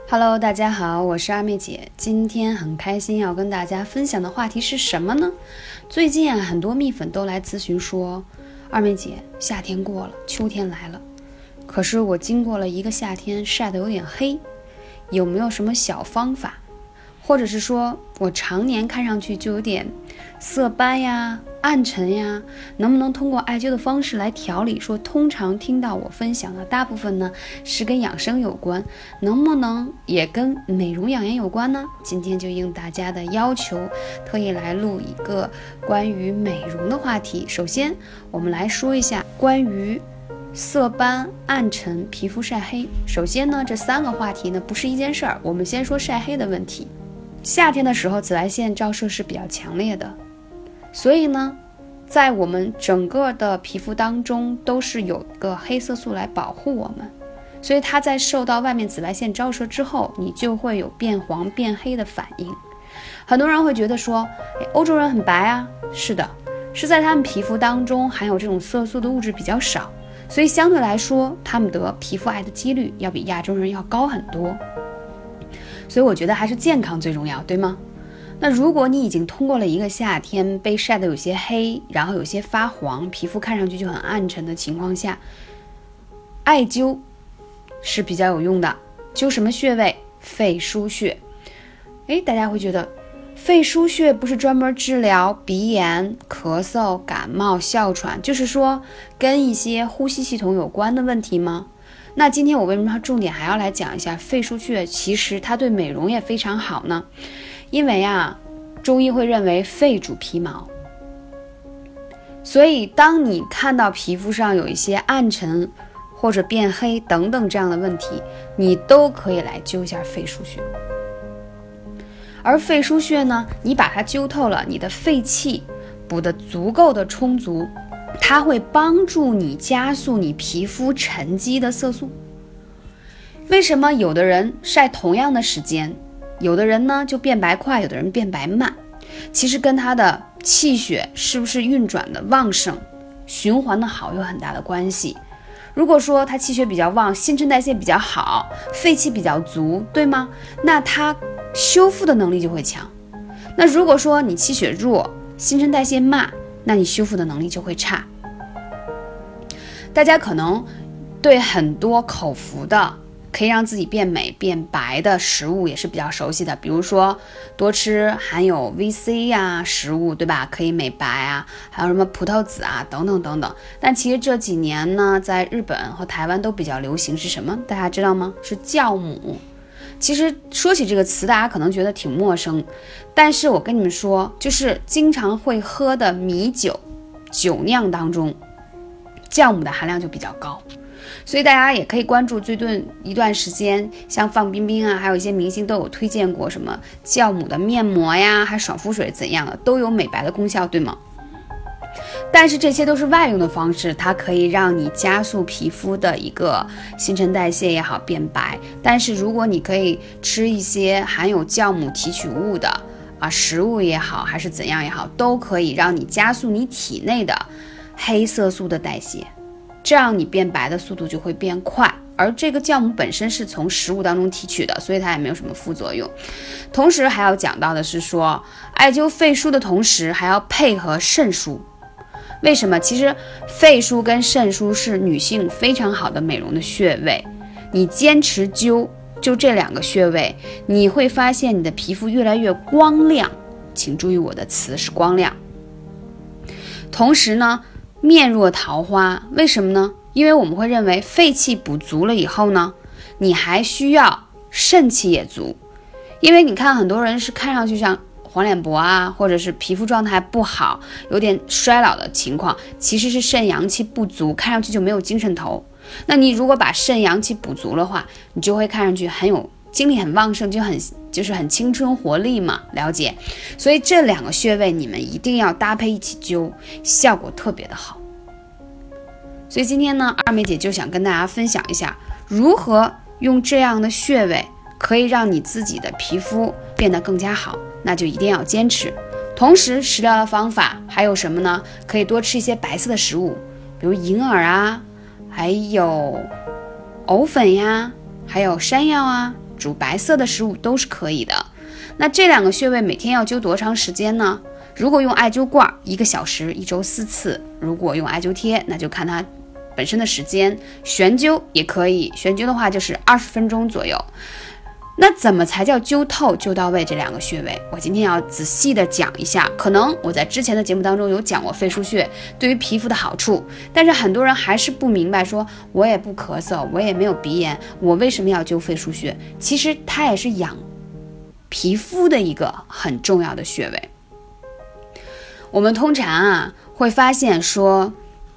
Hello， 大家好，我是二妹姐。今天很开心要跟大家分享的话题是什么呢？最近很多蜜粉都来咨询说，二妹姐，夏天过了，秋天来了，可是我经过了一个夏天晒得有点黑，有没有什么小方法？或者是说我常年看上去就有点色斑呀、暗沉呀，能不能通过艾灸的方式来调理？说通常听到我分享的大部分呢是跟养生有关，能不能也跟美容养颜有关呢？今天就应大家的要求，特意来录一个关于美容的话题。首先我们来说一下关于色斑、暗沉、皮肤晒黑。首先呢，这三个话题呢不是一件事儿，我们先说晒黑的问题。夏天的时候紫外线照射是比较强烈的，所以呢在我们整个的皮肤当中都是有一个黑色素来保护我们，所以它在受到外面紫外线照射之后，你就会有变黄变黑的反应。很多人会觉得说欧洲人很白啊，是的，是在他们皮肤当中含有这种色素的物质比较少，所以相对来说他们得皮肤癌的几率要比亚洲人要高很多。所以我觉得还是健康最重要，对吗？那如果你已经通过了一个夏天，被晒得有些黑，然后有些发黄，皮肤看上去就很暗沉的情况下，艾灸是比较有用的。灸什么穴位？肺腧穴。大家会觉得肺腧穴不是专门治疗鼻炎、咳嗽、感冒、哮喘，就是说跟一些呼吸系统有关的问题吗？那今天我为什么重点还要来讲一下肺腧穴？其实它对美容也非常好呢。因为中医会认为肺主皮毛，所以当你看到皮肤上有一些暗沉或者变黑等等这样的问题，你都可以来灸一下肺腧穴。而肺腧穴呢，你把它灸透了，你的肺气补得足够的充足，它会帮助你加速你皮肤沉积的色素。为什么有的人晒同样的时间，有的人呢就变白快，有的人变白慢？其实跟他的气血是不是运转的旺盛、循环的好有很大的关系。如果说他气血比较旺，新陈代谢比较好，肺气比较足，对吗？那他修复的能力就会强。那如果说你气血弱，新陈代谢慢，那你修复的能力就会差。大家可能对很多口服的可以让自己变美变白的食物也是比较熟悉的，比如说多吃含有 VC 食物，对吧？可以美白还有什么葡萄籽等等等等。但其实这几年呢，在日本和台湾都比较流行是什么？大家知道吗？是酵母。其实说起这个词，大家可能觉得挺陌生，但是我跟你们说，就是经常会喝的米酒、酒酿当中，酵母的含量就比较高。所以大家也可以关注最近一段时间，像范冰冰还有一些明星都有推荐过什么酵母的面膜呀，还爽肤水怎样的，都有美白的功效，对吗？但是这些都是外用的方式，它可以让你加速皮肤的一个新陈代谢也好，变白。但是如果你可以吃一些含有酵母提取物的食物也好，还是怎样也好，都可以让你加速你体内的黑色素的代谢，这样你变白的速度就会变快。而这个酵母本身是从食物当中提取的，所以它也没有什么副作用。同时还要讲到的是说，艾灸肺腧的同时还要配合肾腧。为什么？其实肺腧跟肾腧是女性非常好的美容的穴位，你坚持灸就这两个穴位，你会发现你的皮肤越来越光亮，请注意我的词是光亮。同时呢，面若桃花。为什么呢？因为我们会认为肺气补足了以后呢，你还需要肾气也足。因为你看很多人是看上去像黄脸婆或者是皮肤状态不好，有点衰老的情况，其实是肾阳气不足，看上去就没有精神头。那你如果把肾阳气补足的话，你就会看上去很有精力，很旺盛，就是很青春活力嘛，了解？所以这两个穴位你们一定要搭配一起灸，效果特别的好。所以今天呢，二妹姐就想跟大家分享一下，如何用这样的穴位可以让你自己的皮肤变得更加好，那就一定要坚持。同时食疗的方法还有什么呢？可以多吃一些白色的食物，比如银耳还有藕粉呀，还有山药煮白色的食物都是可以的。那这2个穴位每天要灸多长时间呢？如果用艾灸罐1个小时，1周4次；如果用艾灸贴，那就看它本身的时间。悬灸也可以，悬灸的话就是20分钟左右。那怎么才叫灸透灸到位这2个穴位？我今天要仔细的讲一下。可能我在之前的节目当中有讲过肺腧穴对于皮肤的好处，但是很多人还是不明白，说我也不咳嗽，我也没有鼻炎，我为什么要灸肺腧穴？其实它也是养皮肤的一个很重要的穴位。我们通常会发现说，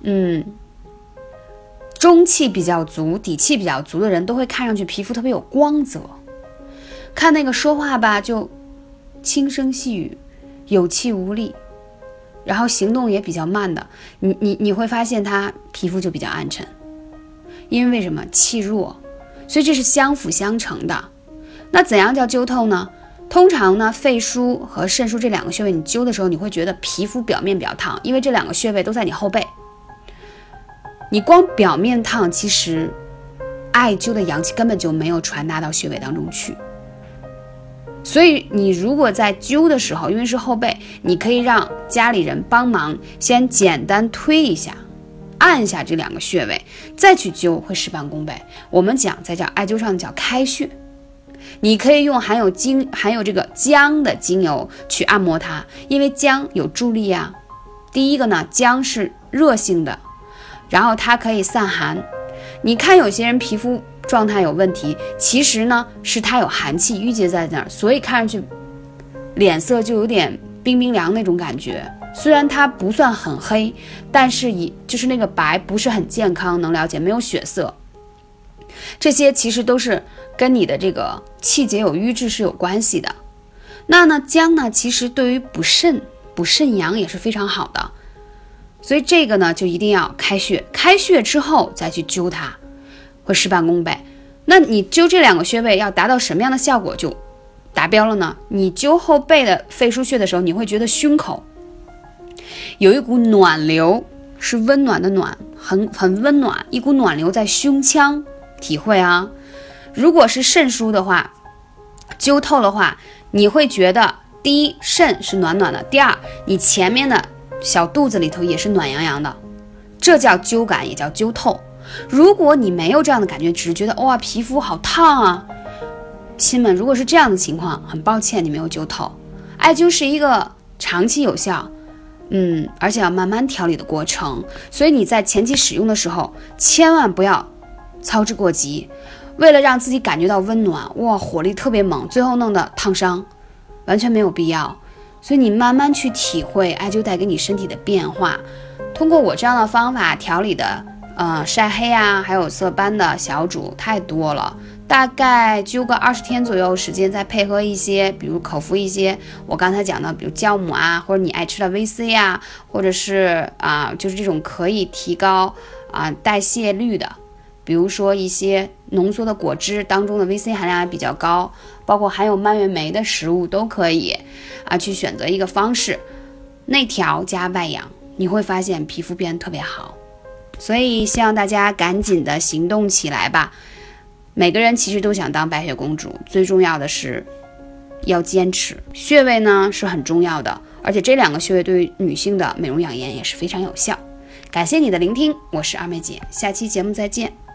中气比较足、底气比较足的人都会看上去皮肤特别有光泽。看那个说话吧，就轻声细语，有气无力，然后行动也比较慢的，你会发现他皮肤就比较暗沉，因为什么？气弱，所以这是相辅相成的。那怎样叫灸透呢？通常呢，肺腧和肾腧这2个穴位，你灸的时候，你会觉得皮肤表面比较烫，因为这2个穴位都在你后背。你光表面烫，其实艾灸的阳气根本就没有传达到穴位当中去。所以你如果在灸的时候，因为是后背，你可以让家里人帮忙先简单推一下，按一下这2个穴位，再去灸，会事半功倍。我们讲在艾灸上叫开穴，你可以用含有这个姜的精油去按摩它，因为姜有助力啊。第一个呢，姜是热性的，然后它可以散寒。你看有些人皮肤状态有问题，其实呢是他有寒气郁结在那儿，所以看上去脸色就有点冰冰凉那种感觉。虽然它不算很黑，但是就是那个白不是很健康，能了解，没有血色。这些其实都是跟你的这个气结有瘀滞是有关系的。那呢，姜呢其实对于补肾阳也是非常好的，所以这个呢就一定要开穴，开穴之后再去灸它，会事半功倍。那你灸这2个穴位要达到什么样的效果就达标了呢？你灸后背的肺腧穴的时候，你会觉得胸口有一股暖流，是温暖的暖，很温暖，一股暖流在胸腔体会啊。如果是肾腧的话，灸透的话，你会觉得第一，肾是暖暖的；第二，你前面的小肚子里头也是暖洋洋的，这叫灸感，也叫灸透。如果你没有这样的感觉，只是觉得哇皮肤好烫啊，亲们，如果是这样的情况，很抱歉你没有灸透。艾灸是一个长期有效，而且要慢慢调理的过程，所以你在前期使用的时候，千万不要操之过急，为了让自己感觉到温暖，哇火力特别猛，最后弄得烫伤，完全没有必要。所以你慢慢去体会艾灸带给你身体的变化，通过我这样的方法调理的晒黑啊，还有色斑的小主太多了，大概灸个20天左右时间，再配合一些比如口服一些我刚才讲的比如酵母啊，或者你爱吃的 VC 啊，或者是就是这种可以提高代谢率的，比如说一些浓缩的果汁当中的 VC 含量还比较高，包括含有蔓越莓的食物都可以去选择一个方式，内调加外养，你会发现皮肤变得特别好。所以希望大家赶紧的行动起来吧。每个人其实都想当白雪公主，最重要的是要坚持。穴位呢是很重要的，而且这2个穴位对于女性的美容养颜也是非常有效。感谢你的聆听，我是二妹姐，下期节目再见。